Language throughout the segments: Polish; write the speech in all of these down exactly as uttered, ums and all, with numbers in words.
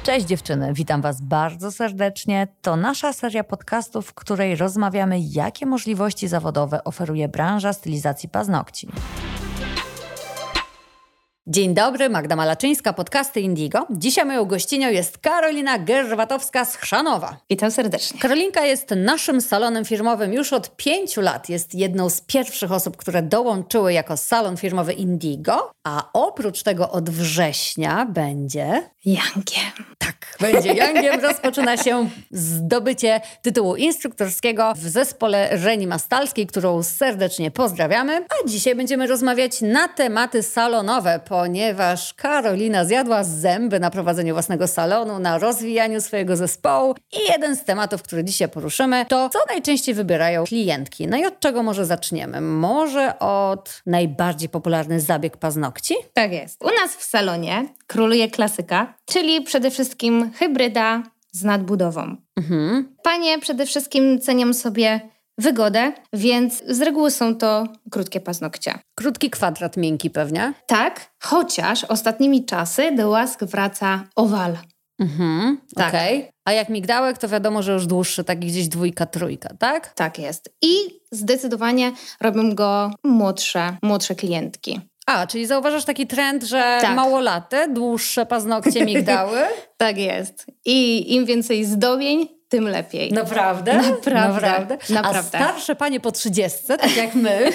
Cześć dziewczyny, witam Was bardzo serdecznie. To nasza seria podcastów, w której rozmawiamy, jakie możliwości zawodowe oferuje branża stylizacji paznokci. Dzień dobry, Magda Malaczyńska, podcasty Indigo. Dzisiaj moją gościnią jest Karolina Gerwatowska z Chrzanowa. Witam serdecznie. Karolinka jest naszym salonem firmowym już od pięciu lat. Jest jedną z pierwszych osób, które dołączyły jako salon firmowy Indigo, a oprócz tego od września będzie... Youngiem. Tak, będzie Youngiem. Rozpoczyna się zdobycie tytułu instruktorskiego w zespole Reni Mastalskiej, którą serdecznie pozdrawiamy. A dzisiaj będziemy rozmawiać na tematy salonowe, ponieważ Karolina zjadła zęby na prowadzeniu własnego salonu, na rozwijaniu swojego zespołu i jeden z tematów, który dzisiaj poruszymy, to co najczęściej wybierają klientki. No i od czego może zaczniemy? Może od najbardziej popularny zabieg paznokci? Tak jest. U nas w salonie króluje klasyka, czyli przede wszystkim hybryda z nadbudową. Mhm. Panie przede wszystkim cenią sobie wygodę, więc z reguły są to krótkie paznokcie. Krótki kwadrat miękki pewnie? Tak, chociaż ostatnimi czasy do łask wraca owal. Mhm, tak. Okej. Okay. A jak migdałek, to wiadomo, że już dłuższy, taki gdzieś dwójka, trójka, tak? Tak jest. I zdecydowanie robią go młodsze, młodsze klientki. A, czyli zauważasz taki trend, że tak. Małolate, dłuższe paznokcie, migdały? Tak jest. I im więcej zdobień, tym lepiej. Naprawdę? Naprawdę. Naprawdę. Naprawdę. A starsze panie po trzydziestce, tak jak my,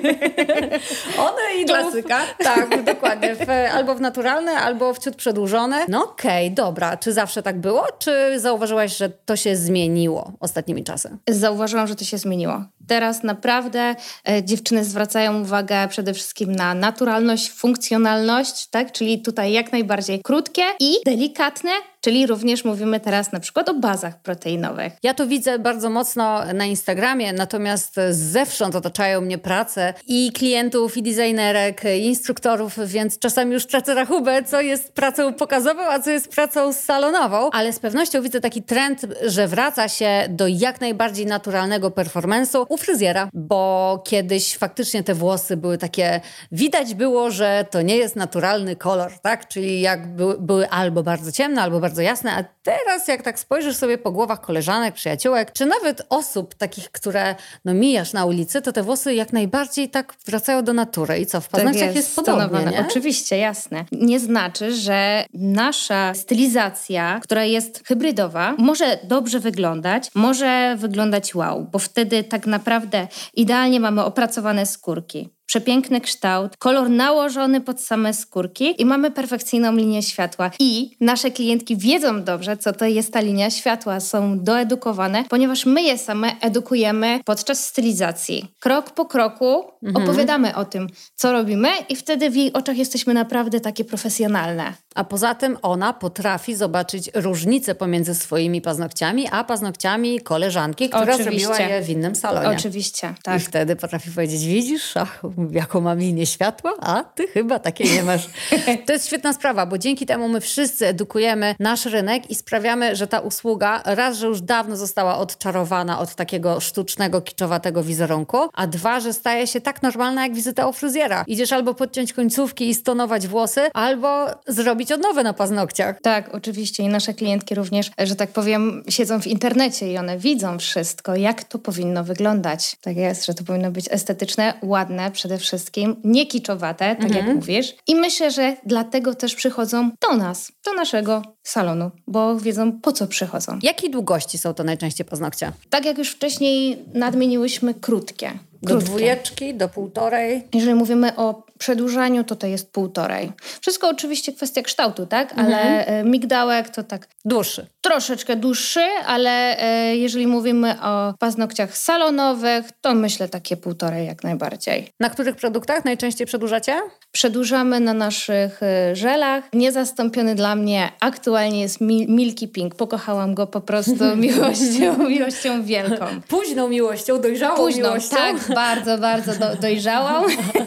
one idą... Klasyka. W, tak, dokładnie. W, albo w naturalne, albo w ciut przedłużone. No okej, okay, dobra. Czy zawsze tak było? Czy zauważyłaś, że to się zmieniło ostatnimi czasy? Zauważyłam, że to się zmieniło. Teraz naprawdę e, dziewczyny zwracają uwagę przede wszystkim na naturalność, funkcjonalność, tak? Czyli tutaj jak najbardziej krótkie i delikatne, czyli również mówimy teraz na przykład o bazach proteinowych. Ja to widzę bardzo mocno na Instagramie, natomiast zewsząd otaczają mnie prace i klientów, i designerek, i instruktorów, więc czasami już tracę rachubę, co jest pracą pokazową, a co jest pracą salonową. Ale z pewnością widzę taki trend, że wraca się do jak najbardziej naturalnego performance'u u fryzjera, bo kiedyś faktycznie te włosy były takie, widać było, że to nie jest naturalny kolor, tak? Czyli jak były, były albo bardzo ciemne, albo bardzo bardzo jasne, a teraz jak tak spojrzysz sobie po głowach koleżanek, przyjaciółek, czy nawet osób takich, które no mijasz na ulicy, to te włosy jak najbardziej tak wracają do natury. I co, w paznokciach tak jest, jest podobnie, nie? Oczywiście, jasne. Nie znaczy, że nasza stylizacja, która jest hybrydowa, może dobrze wyglądać, może wyglądać wow, bo wtedy tak naprawdę idealnie mamy opracowane skórki. Przepiękny kształt, kolor nałożony pod same skórki i mamy perfekcyjną linię światła. I nasze klientki wiedzą dobrze, co to jest ta linia światła, są doedukowane, ponieważ my je same edukujemy podczas stylizacji. Krok po kroku mhm. opowiadamy o tym, co robimy i wtedy w jej oczach jesteśmy naprawdę takie profesjonalne. A poza tym ona potrafi zobaczyć różnicę pomiędzy swoimi paznokciami, a paznokciami koleżanki, która Oczywiście. zrobiła je w innym salonie. Oczywiście, tak. I wtedy potrafi powiedzieć, widzisz, ach, jaką mam linię światła, a ty chyba takiej nie masz. To jest świetna sprawa, bo dzięki temu my wszyscy edukujemy nasz rynek i sprawiamy, że ta usługa raz, że już dawno została odczarowana od takiego sztucznego, kiczowatego wizerunku, a dwa, że staje się tak normalna jak wizyta u fryzjera. Idziesz albo podciąć końcówki i stonować włosy, albo zrobić odnowę na paznokciach. Tak, oczywiście i nasze klientki również, że tak powiem, siedzą w internecie i one widzą wszystko, jak to powinno wyglądać. Tak jest, że to powinno być estetyczne, ładne przede wszystkim, nie kiczowate, tak mhm. jak mówisz. I myślę, że dlatego też przychodzą do nas, do naszego salonu, bo wiedzą, po co przychodzą. Jakiej długości są to najczęściej paznokcie? Tak jak już wcześniej nadmieniłyśmy, krótkie. Do Krótkie. dwójeczki, do półtorej? Jeżeli mówimy o przedłużaniu, to to jest półtorej. Wszystko oczywiście kwestia kształtu, tak? Mhm. Ale e, migdałek to tak... Dłuższy. Troszeczkę dłuższy, ale e, jeżeli mówimy o paznokciach salonowych, to myślę takie półtorej jak najbardziej. Na których produktach najczęściej przedłużacie? Przedłużamy na naszych e, żelach. Niezastąpiony dla mnie aktualnie jest Mil- Milky Pink. Pokochałam go po prostu miłością, miłością wielką. Późną miłością, dojrzałą Późną, miłością. tak, bardzo, bardzo do, dojrzałam.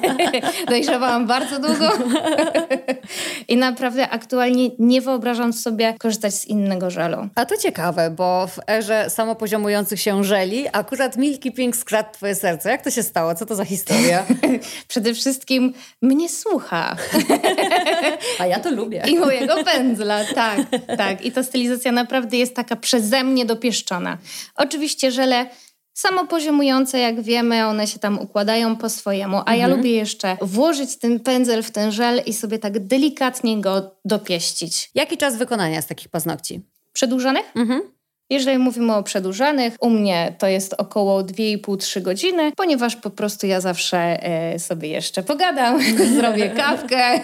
Dojrzewałam bardzo długo. I naprawdę aktualnie nie wyobrażam sobie korzystać z innego żelu. A to ciekawe, bo w erze samopoziomujących się żeli akurat Milky Pink skradł twoje serce. Jak to się stało? Co to za historia? Przede wszystkim mnie słucha. A ja to lubię. I mojego pędzla, tak, tak. I ta stylizacja naprawdę jest taka przeze mnie dopieszczona. Oczywiście żele samopoziomujące, jak wiemy, one się tam układają po swojemu, a mhm. ja lubię jeszcze włożyć ten pędzel w ten żel i sobie tak delikatnie go dopieścić. Jaki czas wykonania z takich paznokci? Przedłużonych? Mhm. Jeżeli mówimy o przedłużanych, u mnie to jest około dwie i pół do trzech godziny, ponieważ po prostu ja zawsze e, sobie jeszcze pogadam, zrobię kawkę.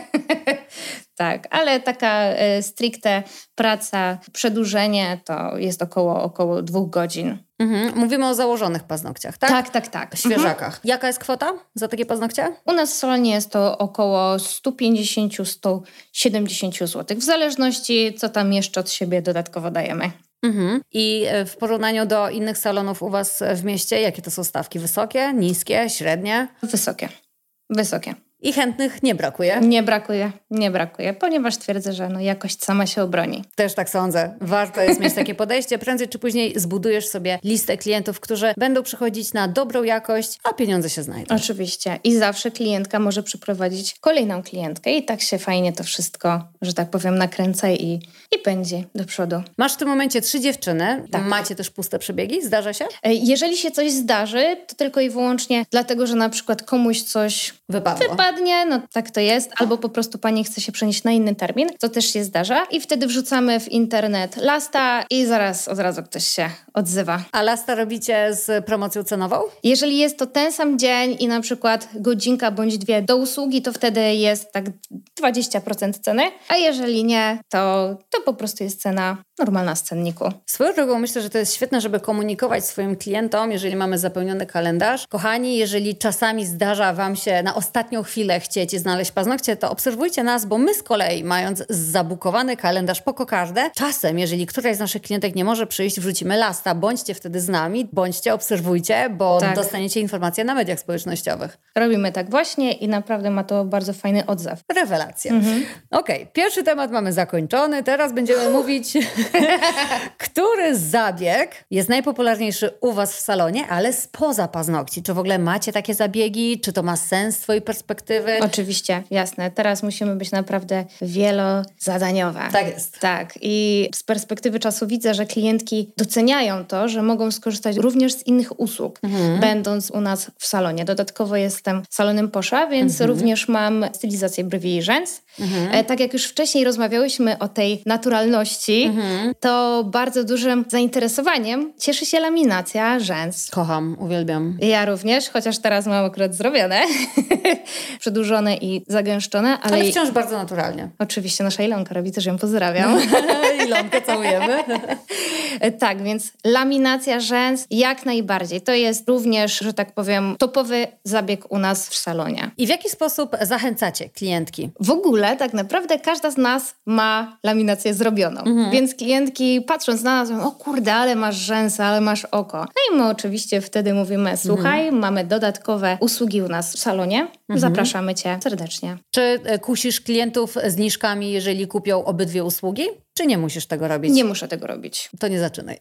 Tak, ale taka e, stricte praca, przedłużenie to jest około, około dwóch godzin. Mhm. Mówimy o założonych paznokciach, tak? Tak, tak, tak. Świeżakach. Mhm. Jaka jest kwota za takie paznokcie? U nas w salonie jest to około sto pięćdziesiąt do stu siedemdziesięciu złotych, w zależności co tam jeszcze od siebie dodatkowo dajemy. Mhm. I w porównaniu do innych salonów u was w mieście, jakie to są stawki? Wysokie, niskie, średnie? Wysokie, wysokie. I chętnych nie brakuje? Nie brakuje, nie brakuje, ponieważ twierdzę, że no jakość sama się obroni. Też tak sądzę. Warto jest mieć takie podejście. Prędzej czy później zbudujesz sobie listę klientów, którzy będą przychodzić na dobrą jakość, a pieniądze się znajdą. Oczywiście. I zawsze klientka może przyprowadzić kolejną klientkę i tak się fajnie to wszystko, że tak powiem, nakręca i, i pędzi do przodu. Masz w tym momencie trzy dziewczyny. Tak. Macie też puste przebiegi? Zdarza się? Jeżeli się coś zdarzy, to tylko i wyłącznie dlatego, że na przykład komuś coś Wypadło. wypadnie, no tak to jest, albo po prostu pani chce się przenieść na inny termin, to też się zdarza i wtedy wrzucamy w internet lasta i zaraz od razu ktoś się odzywa. A lasta robicie z promocją cenową? Jeżeli jest to ten sam dzień i na przykład godzinka bądź dwie do usługi, to wtedy jest tak dwadzieścia procent ceny, a jeżeli nie, to, to po prostu jest cena normalna z cenniku. Swoją drogą myślę, że to jest świetne, żeby komunikować swoim klientom, jeżeli mamy zapełniony kalendarz. Kochani, jeżeli czasami zdarza wam się na ostatnią chwilę chcieć znaleźć paznokcie, to obserwujcie nas, bo my z kolei, mając zabukowany kalendarz po kokardę, czasem, jeżeli któraś z naszych klientek nie może przyjść, wrzucimy lasta. Bądźcie wtedy z nami, bądźcie, obserwujcie, bo tak. dostaniecie informacje na mediach społecznościowych. Robimy tak właśnie i naprawdę ma to bardzo fajny odzew. Rewelacja. Mhm. Okej, okay, pierwszy temat mamy zakończony. Teraz będziemy mówić, który zabieg jest najpopularniejszy u was w salonie, ale spoza paznokci. Czy w ogóle macie takie zabiegi? Czy to ma sens z twojej perspektywy? Oczywiście, jasne. Teraz musimy być naprawdę wielozadaniowe. Tak jest. Tak. I z perspektywy czasu widzę, że klientki doceniają to, że mogą skorzystać również z innych usług, mhm. będąc u nas w salonie. Dodatkowo jestem salonem Posza, więc mhm. również mam stylizację brwi i rzęs. Mhm. E, tak jak już wcześniej rozmawiałyśmy o tej naturalności, mhm. to bardzo dużym zainteresowaniem cieszy się laminacja rzęs. Kocham, uwielbiam. Ja również, chociaż teraz mam akurat zrobione, przedłużone i zagęszczone. Ale, ale wciąż bardzo naturalnie. Oczywiście nasza Ilonka robi, też ją pozdrawiam. Ilonkę całujemy. Tak, więc laminacja rzęs jak najbardziej. To jest również, że tak powiem, topowy zabieg u nas w salonie. I w jaki sposób zachęcacie klientki? W ogóle tak naprawdę każda z nas ma laminację zrobioną. Mhm. Więc klientki patrząc na nas mówią, o kurde, ale masz rzęsy, ale masz oko. No i my oczywiście wtedy mówimy, słuchaj, mhm. mamy dodatkowe usługi u nas w salonie. Mhm. Zapraszamy cię serdecznie. Czy kusisz klientów zniżkami, jeżeli kupią obydwie usługi? Czy nie musisz tego robić? Nie muszę tego robić. To nie zaczynaj.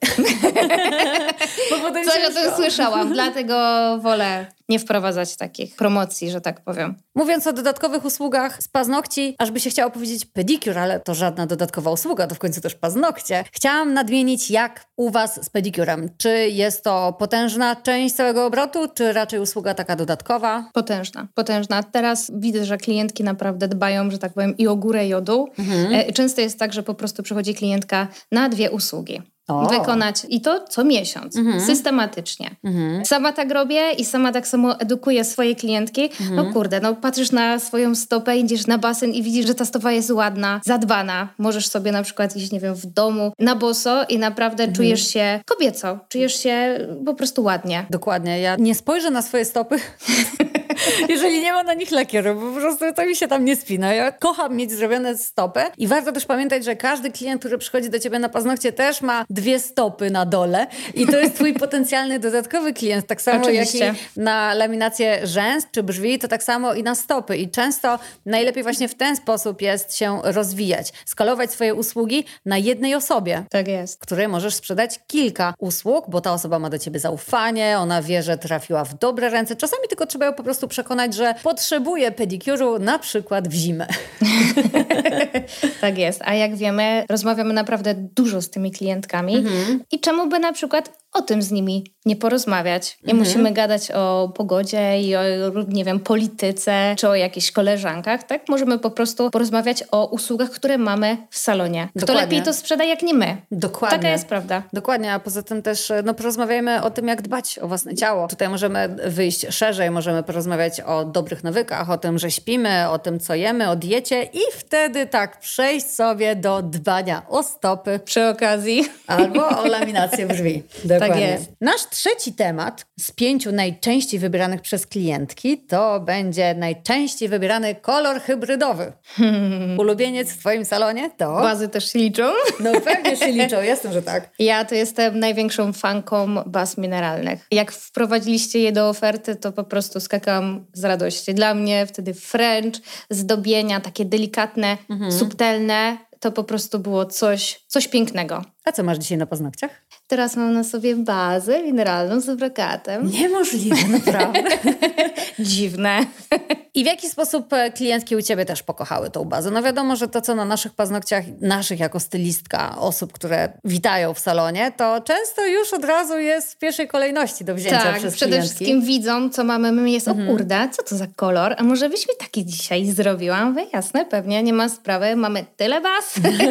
Coś o tym słyszałam, dlatego wolę nie wprowadzać takich promocji, że tak powiem. Mówiąc o dodatkowych usługach z paznokci, aż by się chciało powiedzieć pedicure, ale to żadna dodatkowa usługa, to w końcu też paznokcie. Chciałam nadmienić, jak u was z pedicurem. Czy jest to potężna część całego obrotu, czy raczej usługa taka dodatkowa? Potężna, potężna. Teraz widzę, że klientki naprawdę dbają, że tak powiem, i o górę, i o dół. Mhm. Często jest tak, że po prostu przychodzi klientka na dwie usługi. O. Wykonać i to co miesiąc, mhm. systematycznie. Mhm. Sama tak robię i sama tak samo edukuję swoje klientki. Mhm. No kurde, no patrzysz na swoją stopę, idziesz na basen i widzisz, że ta stopa jest ładna, zadbana. Możesz sobie na przykład iść, nie wiem, w domu na boso i naprawdę mhm. czujesz się kobieco, czujesz się po prostu ładnie. Dokładnie. Ja nie spojrzę na swoje stopy, jeżeli nie ma na nich lakieru, bo po prostu to mi się tam nie spina. Ja kocham mieć zrobione stopy i warto też pamiętać, że każdy klient, który przychodzi do ciebie na paznokcie, też ma dwie stopy na dole i to jest twój potencjalny dodatkowy klient. Tak samo Oczywiście. jak i na laminację rzęs czy brwi, to tak samo i na stopy. I często najlepiej właśnie w ten sposób jest się rozwijać. Skalować swoje usługi na jednej osobie. Tak jest. Której możesz sprzedać kilka usług, bo ta osoba ma do ciebie zaufanie, ona wie, że trafiła w dobre ręce. Czasami tylko trzeba ją po prostu przekonać, że potrzebuje pedikuru na przykład w zimę. Tak jest. A jak wiemy, rozmawiamy naprawdę dużo z tymi klientkami mhm. i czemu by na przykład o tym z nimi nie porozmawiać. Nie mhm. musimy gadać o pogodzie i o, nie wiem, polityce, czy o jakichś koleżankach, tak? Możemy po prostu porozmawiać o usługach, które mamy w salonie. Kto Dokładnie. lepiej to sprzeda, jak nie my. Dokładnie. Taka jest prawda. Dokładnie, a poza tym też no, porozmawiajmy o tym, jak dbać o własne ciało. Tutaj możemy wyjść szerzej, możemy porozmawiać o dobrych nawykach, o tym, że śpimy, o tym, co jemy, o diecie i wtedy tak przejść sobie do dbania o stopy. Przy okazji. Albo o laminację brwi. Dokładnie. Tak jest. Nasz trzeci temat z pięciu najczęściej wybieranych przez klientki to będzie najczęściej wybierany kolor hybrydowy. Hmm. Ulubieniec w twoim salonie to? Bazy też się liczą? No pewnie się liczą, jestem, że tak. Ja to jestem największą fanką baz mineralnych. Jak wprowadziliście je do oferty, to po prostu skakałam z radości. Dla mnie wtedy French, zdobienia, takie delikatne, mhm. subtelne, to po prostu było coś, coś pięknego. A co masz dzisiaj na paznokciach? Teraz mam na sobie bazę mineralną z brokatem. Niemożliwe, naprawdę. Dziwne. I w jaki sposób klientki u ciebie też pokochały tą bazę? No wiadomo, że to, co na naszych paznokciach, naszych jako stylistka, osób, które witają w salonie, to często już od razu jest w pierwszej kolejności do wzięcia tak, przez przede klientki. wszystkim widzą, co mamy. My jest, mhm. o kurde, co to za kolor? A może byś mi taki dzisiaj zrobiła? Mówię, jasne, pewnie, nie ma sprawy. Mamy tyle baz.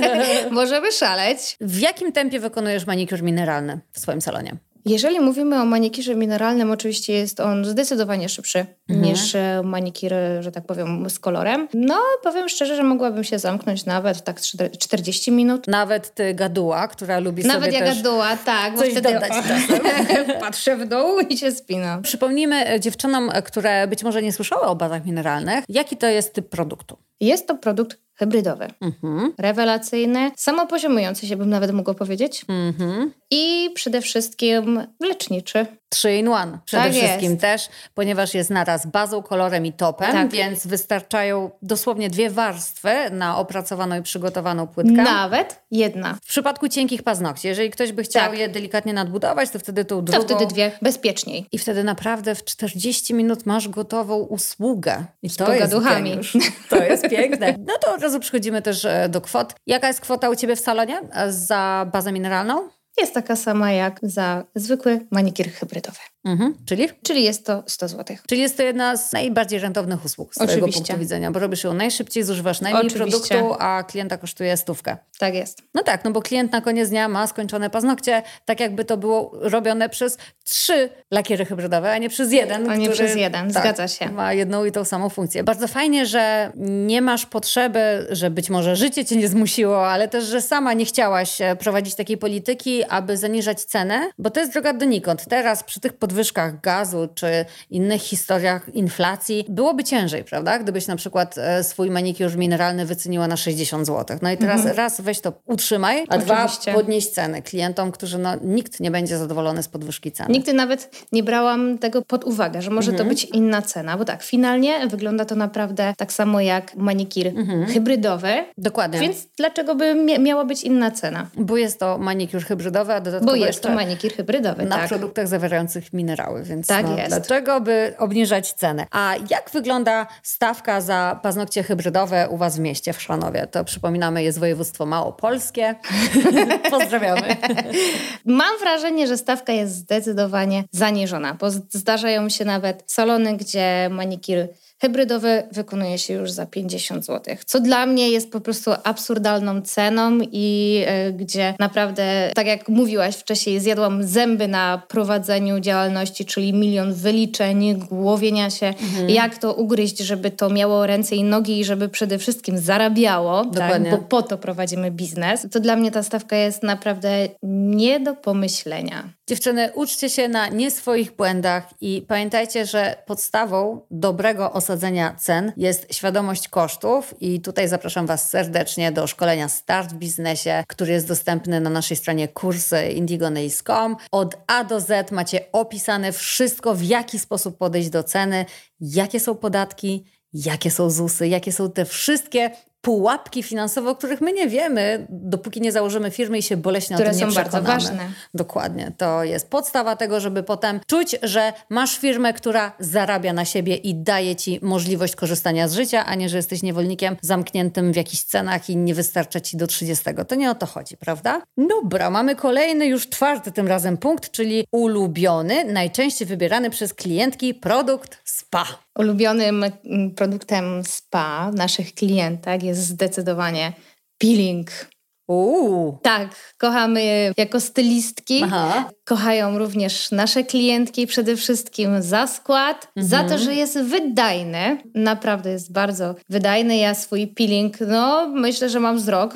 Możemy szaleć. W jakim tempie wykonujesz manikur mineralny w swoim salonie? Jeżeli mówimy o manikirze mineralnym, oczywiście jest on zdecydowanie szybszy mhm. niż manikir, że tak powiem, z kolorem. No, powiem szczerze, że mogłabym się zamknąć nawet tak czterdzieści minut. Nawet ty gaduła, która lubi nawet sobie ja też gaduła, tak. coś wtedy dodać czasem. Patrzę w dół i się spinam. Przypomnijmy dziewczynom, które być może nie słyszały o bazach mineralnych, jaki to jest typ produktu? Jest to produkt hybrydowy. Mhm. Rewelacyjny, samopoziomujący się, bym nawet mogła powiedzieć. Mhm. I przede wszystkim leczniczy. trzy in jeden przede tak wszystkim jest. też, ponieważ jest naraz bazą, kolorem i topem, tak. więc wystarczają dosłownie dwie warstwy na opracowaną i przygotowaną płytkę. Nawet jedna. W przypadku cienkich paznokci, jeżeli ktoś by chciał tak. je delikatnie nadbudować, to wtedy tą drugą. To wtedy dwie, bezpieczniej. I wtedy naprawdę w czterdzieści minut masz gotową usługę. I z to jest pogaduchami. geniusz. To jest piękne. No to od razu przechodzimy też do kwot. Jaka jest kwota u ciebie w salonie za bazę mineralną? Jest taka sama jak za zwykły manikir hybrydowy. Mhm. Czyli? Czyli jest to sto złotych. Czyli jest to jedna z najbardziej rentownych usług z twojego punktu widzenia, bo robisz ją najszybciej, zużywasz najmniej Oczywiście. produktu, a klienta kosztuje stówkę. Tak jest. No tak, no bo klient na koniec dnia ma skończone paznokcie, tak jakby to było robione przez trzy lakiery hybrydowe, a nie przez jeden. A nie który, przez jeden, tak, zgadza się. Ma jedną i tą samą funkcję. Bardzo fajnie, że nie masz potrzeby, że być może życie cię nie zmusiło, ale też, że sama nie chciałaś prowadzić takiej polityki, aby zaniżać cenę, bo to jest droga donikąd. Teraz przy tych podwyżkach gazu czy innych historiach inflacji byłoby ciężej, prawda? Gdybyś na przykład swój manikur mineralny wyceniła na sześćdziesiąt złotych. No i teraz mhm. raz weź to utrzymaj, a Oczywiście. dwa podnieś ceny klientom, którzy no nikt nie będzie zadowolony z podwyżki ceny. Nigdy nawet nie brałam tego pod uwagę, że może mhm. to być inna cena, bo tak, finalnie wygląda to naprawdę tak samo jak manikir mhm. hybrydowy. Dokładnie. Więc dlaczego by mia- miała być inna cena? Bo jest to manikur hybrydowy, a dodatkowo Bo jest to manikir hybrydowy, na tak. produktach zawierających minerały, więc tak no, jest. dlaczego by obniżać cenę? A jak wygląda stawka za paznokcie hybrydowe u was w mieście, w Chrzanowie? To przypominamy, jest województwo małopolskie. Pozdrawiamy. Mam wrażenie, że stawka jest zdecydowanie zaniżona, bo zdarzają się nawet salony, gdzie manikir hybrydowy wykonuje się już za pięćdziesiąt złotych, co dla mnie jest po prostu absurdalną ceną i y, gdzie naprawdę, tak jak mówiłaś wcześniej, zjadłam zęby na prowadzeniu działalności, czyli milion wyliczeń, głowienia się, mhm. jak to ugryźć, żeby to miało ręce i nogi i żeby przede wszystkim zarabiało, tak? Bo po to prowadzimy biznes. To dla mnie ta stawka jest naprawdę nie do pomyślenia. Dziewczyny, uczcie się na nie swoich błędach i pamiętajcie, że podstawą dobrego osadzenia cen jest świadomość kosztów i tutaj zapraszam was serdecznie do szkolenia Start w biznesie, który jest dostępny na naszej stronie kursy indigo nails kropka com. Od A do Z macie opisane wszystko, w jaki sposób podejść do ceny, jakie są podatki, jakie są zusy, jakie są te wszystkie pułapki finansowe, o których my nie wiemy, dopóki nie założymy firmy i się boleśnie które o tym nie są przekonamy. bardzo ważne. Dokładnie. To jest podstawa tego, żeby potem czuć, że masz firmę, która zarabia na siebie i daje ci możliwość korzystania z życia, a nie, że jesteś niewolnikiem zamkniętym w jakichś cenach i nie wystarcza ci do trzydziestego. To nie o to chodzi, prawda? Dobra, mamy kolejny, już czwarty tym razem punkt, czyli ulubiony, najczęściej wybierany przez klientki produkt spa. Ulubionym produktem spa naszych klientek jest zdecydowanie peeling. Uuu. Tak, kochamy jako stylistki. Aha. Kochają również nasze klientki przede wszystkim za skład, mhm. za to, że jest wydajny. Naprawdę jest bardzo wydajny. Ja swój peeling, no myślę, że mam wzrok.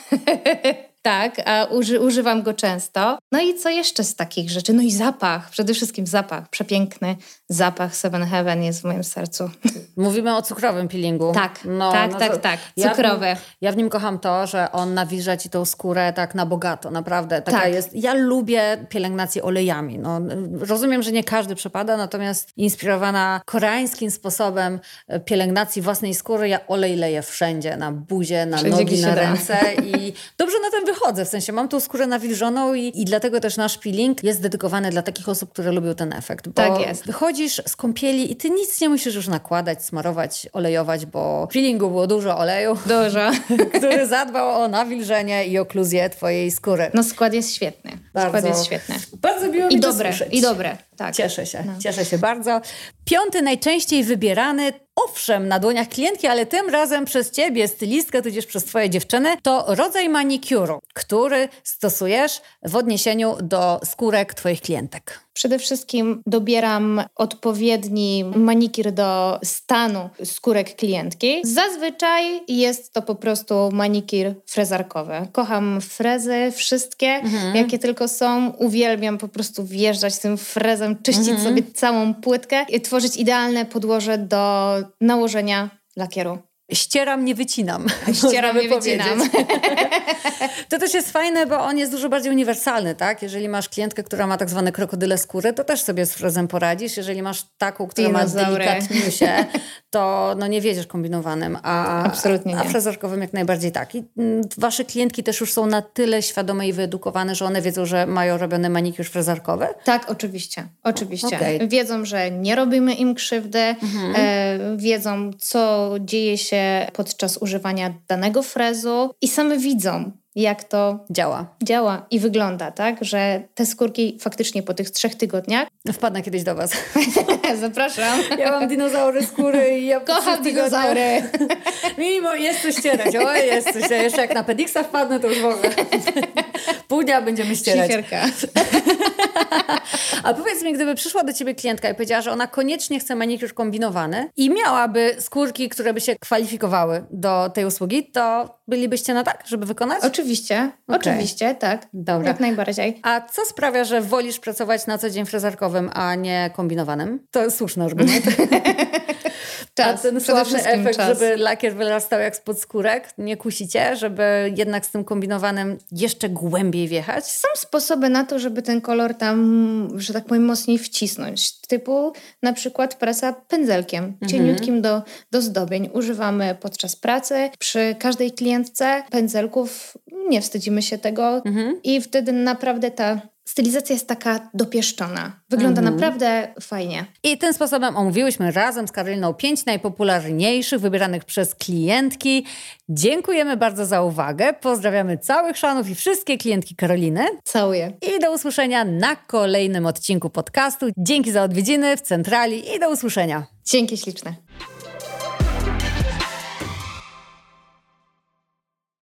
Tak, a uży, używam go często. No i co jeszcze z takich rzeczy? No i zapach, przede wszystkim zapach. Przepiękny zapach Seven Heaven jest w moim sercu. Mówimy o cukrowym peelingu. Tak, no, tak, no, tak, tak. Cukrowy. Ja w, nim, ja w nim kocham to, że on nawilża ci tą skórę tak na bogato, naprawdę. Taka tak. jest. Ja lubię pielęgnację olejami. No, rozumiem, że nie każdy przepada, natomiast inspirowana koreańskim sposobem pielęgnacji własnej skóry, ja olej leję wszędzie, na buzię, na wszędzie, nogi, na da. ręce i dobrze na tym wychodzę. W sensie mam tą skórę nawilżoną i, i dlatego też nasz peeling jest dedykowany dla takich osób, które lubią ten efekt. Bo tak jest. wychodzisz z kąpieli i ty nic nie musisz już nakładać, smarować, olejować, bo w peelingu było dużo oleju. Dużo. który zadbał o nawilżenie i okluzję twojej skóry. No skład jest świetny. Bardzo, skład jest świetny. Bardzo miło mi I to dobre, słyszeć. I dobre, tak. Cieszę się, no. cieszę się bardzo. Piąty najczęściej wybierany, owszem, na dłoniach klientki, ale tym razem przez ciebie, stylistkę, tudzież przez twoje dziewczyny, to rodzaj manikuru, który stosujesz w odniesieniu do skórek twoich klientek. Przede wszystkim dobieram odpowiedni manikir do stanu skórek klientki. Zazwyczaj jest to po prostu manikir frezarkowy. Kocham frezy, wszystkie, mhm. jakie tylko są. Uwielbiam po prostu wjeżdżać tym frezem, czyścić mhm. sobie całą płytkę i tworzyć idealne podłoże do nałożenia lakieru. Ścieram, nie wycinam. Ścieram, nie wycinam. To też jest fajne, bo on jest dużo bardziej uniwersalny, tak? Jeżeli masz klientkę, która ma tak zwane krokodyle skóry, to też sobie z frezem poradzisz. Jeżeli masz taką, która Dinozaury. ma delikatniusie, to no nie wiedziesz kombinowanym, a, Absolutnie nie. a frezarkowym jak najbardziej tak. I wasze klientki też już są na tyle świadome i wyedukowane, że one wiedzą, że mają robiony manikur frezarkowy? Tak, oczywiście. Oczywiście. Okay. Wiedzą, że nie robimy im krzywdy, mhm. e, wiedzą, co dzieje się podczas używania danego frezu i same widzą, jak to działa. działa i wygląda, tak? Że te skórki faktycznie po tych trzech tygodniach... Wpadnę kiedyś do was. Zapraszam. Ja mam dinozaury skóry i ja kocham dinozaury. Mimo jest coś ścierać. O, jest coś. Jeszcze jak na Pedixa wpadnę, to już w ogóle. Pół dnia będziemy ścierać. Szlifierka. A powiedz mi, gdyby przyszła do ciebie klientka i powiedziała, że ona koniecznie chce manikur kombinowany i miałaby skórki, które by się kwalifikowały do tej usługi, to bylibyście na tak, żeby wykonać? Oczywiście, okay. oczywiście, tak. Dobra. Jak najbardziej. A co sprawia, że wolisz pracować na co dzień frezarkowym, a nie kombinowanym? To jest słuszny argument. Czas. A ten sławny efekt, czas. żeby lakier wyrastał jak spod skórek, nie kusicie, żeby jednak z tym kombinowanym jeszcze głębiej wjechać? Są sposoby na to, żeby ten kolor tam, że tak powiem, mocniej wcisnąć. Typu na przykład praca pędzelkiem, mhm. cieniutkim do, do zdobień. Używamy podczas pracy. Przy każdej klientce pędzelków nie wstydzimy się tego mhm. i wtedy naprawdę ta stylizacja jest taka dopieszczona. Wygląda mhm. naprawdę fajnie. I tym sposobem omówiłyśmy razem z Karoliną pięć najpopularniejszych wybieranych przez klientki. Dziękujemy bardzo za uwagę. Pozdrawiamy całych szanów i wszystkie klientki Karoliny. Całuję. I do usłyszenia na kolejnym odcinku podcastu. Dzięki za odwiedziny w Centrali i do usłyszenia. Dzięki śliczne.